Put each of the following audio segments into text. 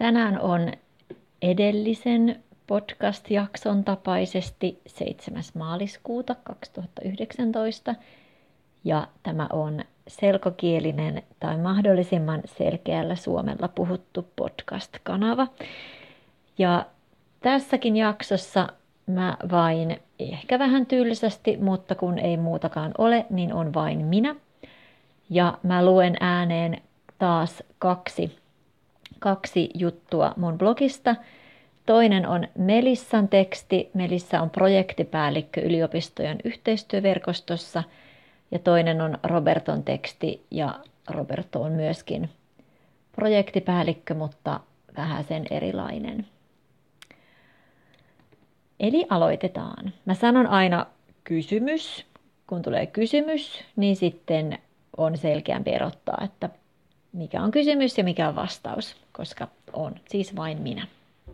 Tänään on edellisen podcast-jakson tapaisesti 7. maaliskuuta 2019 ja tämä on selkokielinen tai mahdollisimman selkeällä suomella puhuttu podcast-kanava. Ja tässäkin jaksossa mä vain ehkä vähän tylsästi, mutta kun ei muutakaan ole, niin on vain minä. Ja mä luen ääneen taas kaksi juttua mun blogista. Toinen on Melissan teksti. Melissa on projektipäällikkö yliopistojen yhteistyöverkostossa. Ja toinen on Roberton teksti. Ja Roberto on myöskin projektipäällikkö, mutta vähän sen erilainen. Eli aloitetaan. Mä sanon aina kysymys. Kun tulee kysymys, niin sitten on selkeämpi erottaa, että mikä on kysymys ja mikä on vastaus, koska on siis vain minä.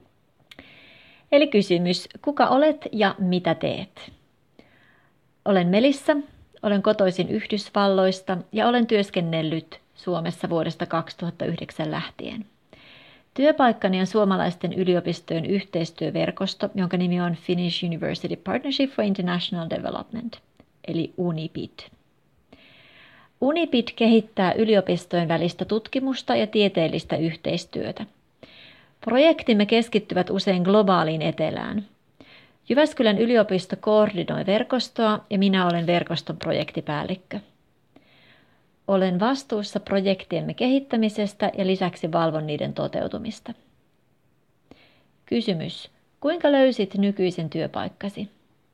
Eli kysymys, kuka olet ja mitä teet? Olen Melissa, olen kotoisin Yhdysvalloista ja olen työskennellyt Suomessa vuodesta 2009 lähtien. Työpaikkani on suomalaisten yliopistojen yhteistyöverkosto, jonka nimi on Finnish University Partnership for International Development, eli UNIPID. UNIPID kehittää yliopistojen välistä tutkimusta ja tieteellistä yhteistyötä. Projektimme keskittyvät usein globaaliin etelään. Jyväskylän yliopisto koordinoi verkostoa ja minä olen verkoston projektipäällikkö. Olen vastuussa projektiemme kehittämisestä ja lisäksi valvon niiden toteutumista. Kysymys. Kuinka löysit nykyisen työpaikkasi?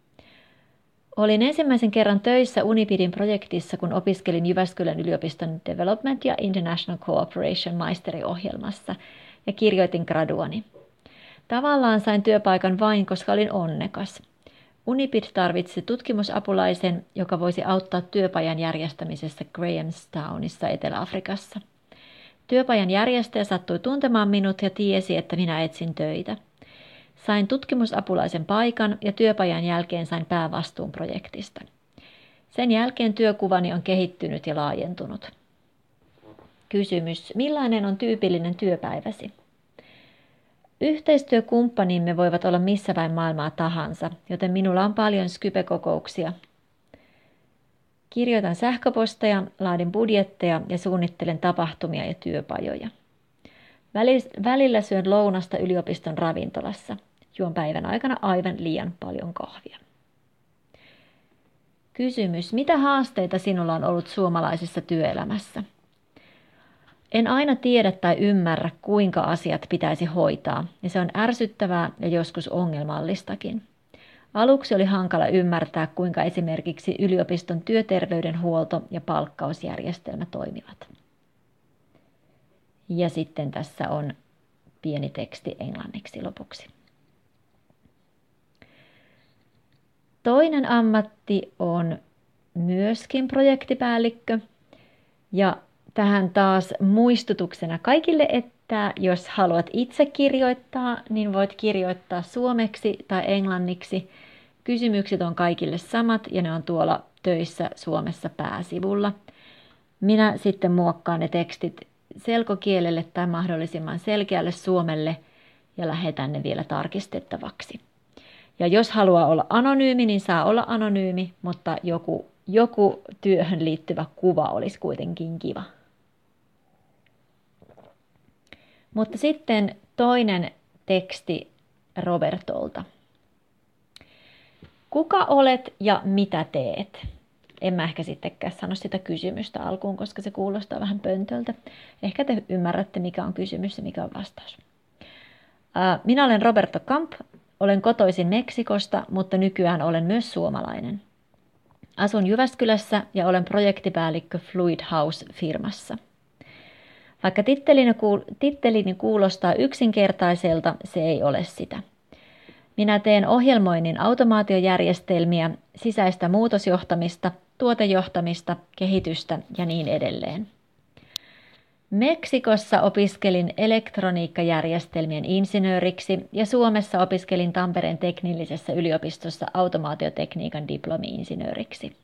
Olin ensimmäisen kerran töissä UNIPIDin projektissa, kun opiskelin Jyväskylän yliopiston Development ja International Cooperation maisteriohjelmassa ja kirjoitin graduani. Tavallaan sain työpaikan vain, koska olin onnekas. UNIPID tarvitsi tutkimusapulaisen, joka voisi auttaa työpajan järjestämisessä Grahamstownissa Etelä-Afrikassa. Työpajan järjestäjä sattui tuntemaan minut ja tiesi, että minä etsin töitä. Sain tutkimusapulaisen paikan ja työpajan jälkeen sain päävastuun projektista. Sen jälkeen työkuvani on kehittynyt ja laajentunut. Kysymys. Millainen on tyypillinen työpäiväsi? Yhteistyökumppanimme voivat olla missä päin maailmaa tahansa, joten minulla on paljon Skype-kokouksia. Kirjoitan sähköposteja, laadin budjetteja ja suunnittelen tapahtumia ja työpajoja. Välillä syön lounasta yliopiston ravintolassa. Juon päivän aikana aivan liian paljon kahvia. Kysymys. Mitä haasteita sinulla on ollut suomalaisessa työelämässä? En aina tiedä tai ymmärrä, kuinka asiat pitäisi hoitaa, ja se on ärsyttävää ja joskus ongelmallistakin. Aluksi oli hankala ymmärtää, kuinka esimerkiksi yliopiston työterveydenhuolto ja palkkausjärjestelmä toimivat. Ja sitten tässä on pieni teksti englanniksi lopuksi. Toinen ammatti on myöskin projektipäällikkö. Ja tähän taas muistutuksena kaikille, että jos haluat itse kirjoittaa, niin voit kirjoittaa suomeksi tai englanniksi. Kysymykset on kaikille samat ja ne on tuolla töissä Suomessa pääsivulla. Minä sitten muokkaan ne tekstit selkokielelle tai mahdollisimman selkeälle suomelle ja lähetän ne vielä tarkistettavaksi. Ja jos haluaa olla anonyymi, niin saa olla anonyymi, mutta joku työhön liittyvä kuva olisi kuitenkin kiva. Mutta sitten toinen teksti Robertolta. Kuka olet ja mitä teet? En mä ehkä sittenkään sano sitä kysymystä alkuun, koska se kuulostaa vähän pöntöltä. Ehkä te ymmärrätte, mikä on kysymys ja mikä on vastaus. Minä olen Roberto Camp, olen kotoisin Meksikosta, mutta nykyään olen myös suomalainen. Asun Jyväskylässä ja olen projektipäällikkö Fluid House-firmassa. Vaikka tittelini kuulostaa yksinkertaiselta, se ei ole sitä. Minä teen ohjelmoinnin automaatiojärjestelmiä, sisäistä muutosjohtamista, tuotejohtamista, kehitystä ja niin edelleen. Meksikossa opiskelin elektroniikkajärjestelmien insinööriksi ja Suomessa opiskelin Tampereen teknillisessä yliopistossa automaatiotekniikan diplomi-insinööriksi.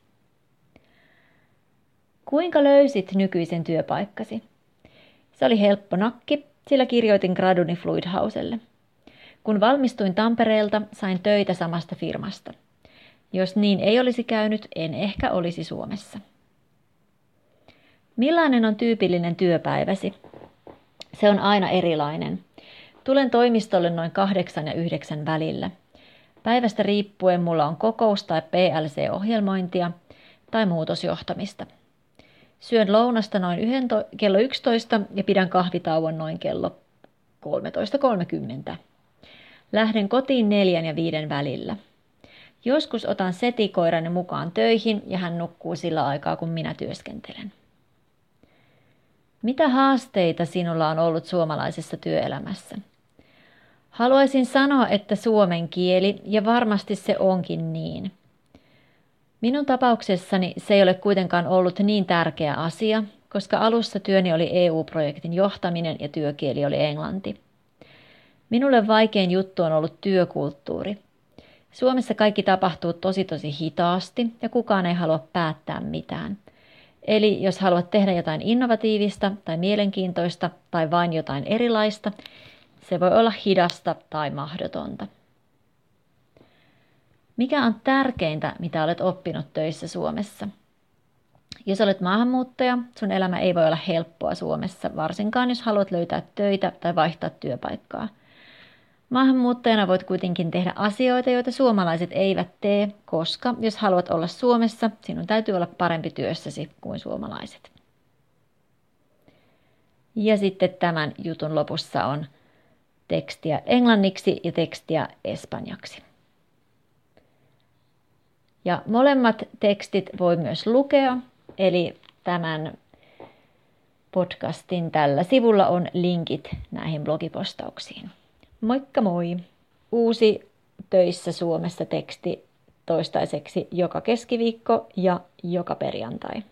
Kuinka löysit nykyisen työpaikkasi? Se oli helppo nakki. sillä kirjoitin graduni Fluidhauselle. Kun valmistuin Tampereelta, sain töitä samasta firmasta. Jos niin ei olisi käynyt, en ehkä olisi Suomessa. Millainen on tyypillinen työpäiväsi? Se on aina erilainen. Tulen toimistolle noin 8 ja 9 välillä. Päivästä riippuen mulla on kokous- tai PLC-ohjelmointia tai muutosjohtamista. Syön lounasta noin kello 11 ja pidän kahvitauon noin kello 13.30. Lähden kotiin 4 ja 5 välillä. Joskus otan setikoirani mukaan töihin ja hän nukkuu sillä aikaa, kun minä työskentelen. Mitä haasteita sinulla on ollut suomalaisessa työelämässä? Haluaisin sanoa, että suomen kieli, ja varmasti se onkin niin. Minun tapauksessani se ei ole kuitenkaan ollut niin tärkeä asia, koska alussa työni oli EU-projektin johtaminen ja työkieli oli englanti. Minulle vaikein juttu on ollut työkulttuuri. Suomessa kaikki tapahtuu tosi hitaasti ja kukaan ei halua päättää mitään. Eli jos haluat tehdä jotain innovatiivista tai mielenkiintoista tai vain jotain erilaista, se voi olla hidasta tai mahdotonta. Mikä on tärkeintä, mitä olet oppinut töissä Suomessa? Jos olet maahanmuuttaja, sun elämä ei voi olla helppoa Suomessa, varsinkaan jos haluat löytää töitä tai vaihtaa työpaikkaa. Maahanmuuttajana voit kuitenkin tehdä asioita, joita suomalaiset eivät tee, koska jos haluat olla Suomessa, sinun täytyy olla parempi työssäsi kuin suomalaiset. Ja sitten tämän jutun lopussa on tekstiä englanniksi ja tekstiä espanjaksi. Ja molemmat tekstit voi myös lukea, eli tämän podcastin tällä sivulla on linkit näihin blogipostauksiin. Moikka moi! Uusi Töissä Suomessa teksti toistaiseksi joka keskiviikko ja joka perjantai.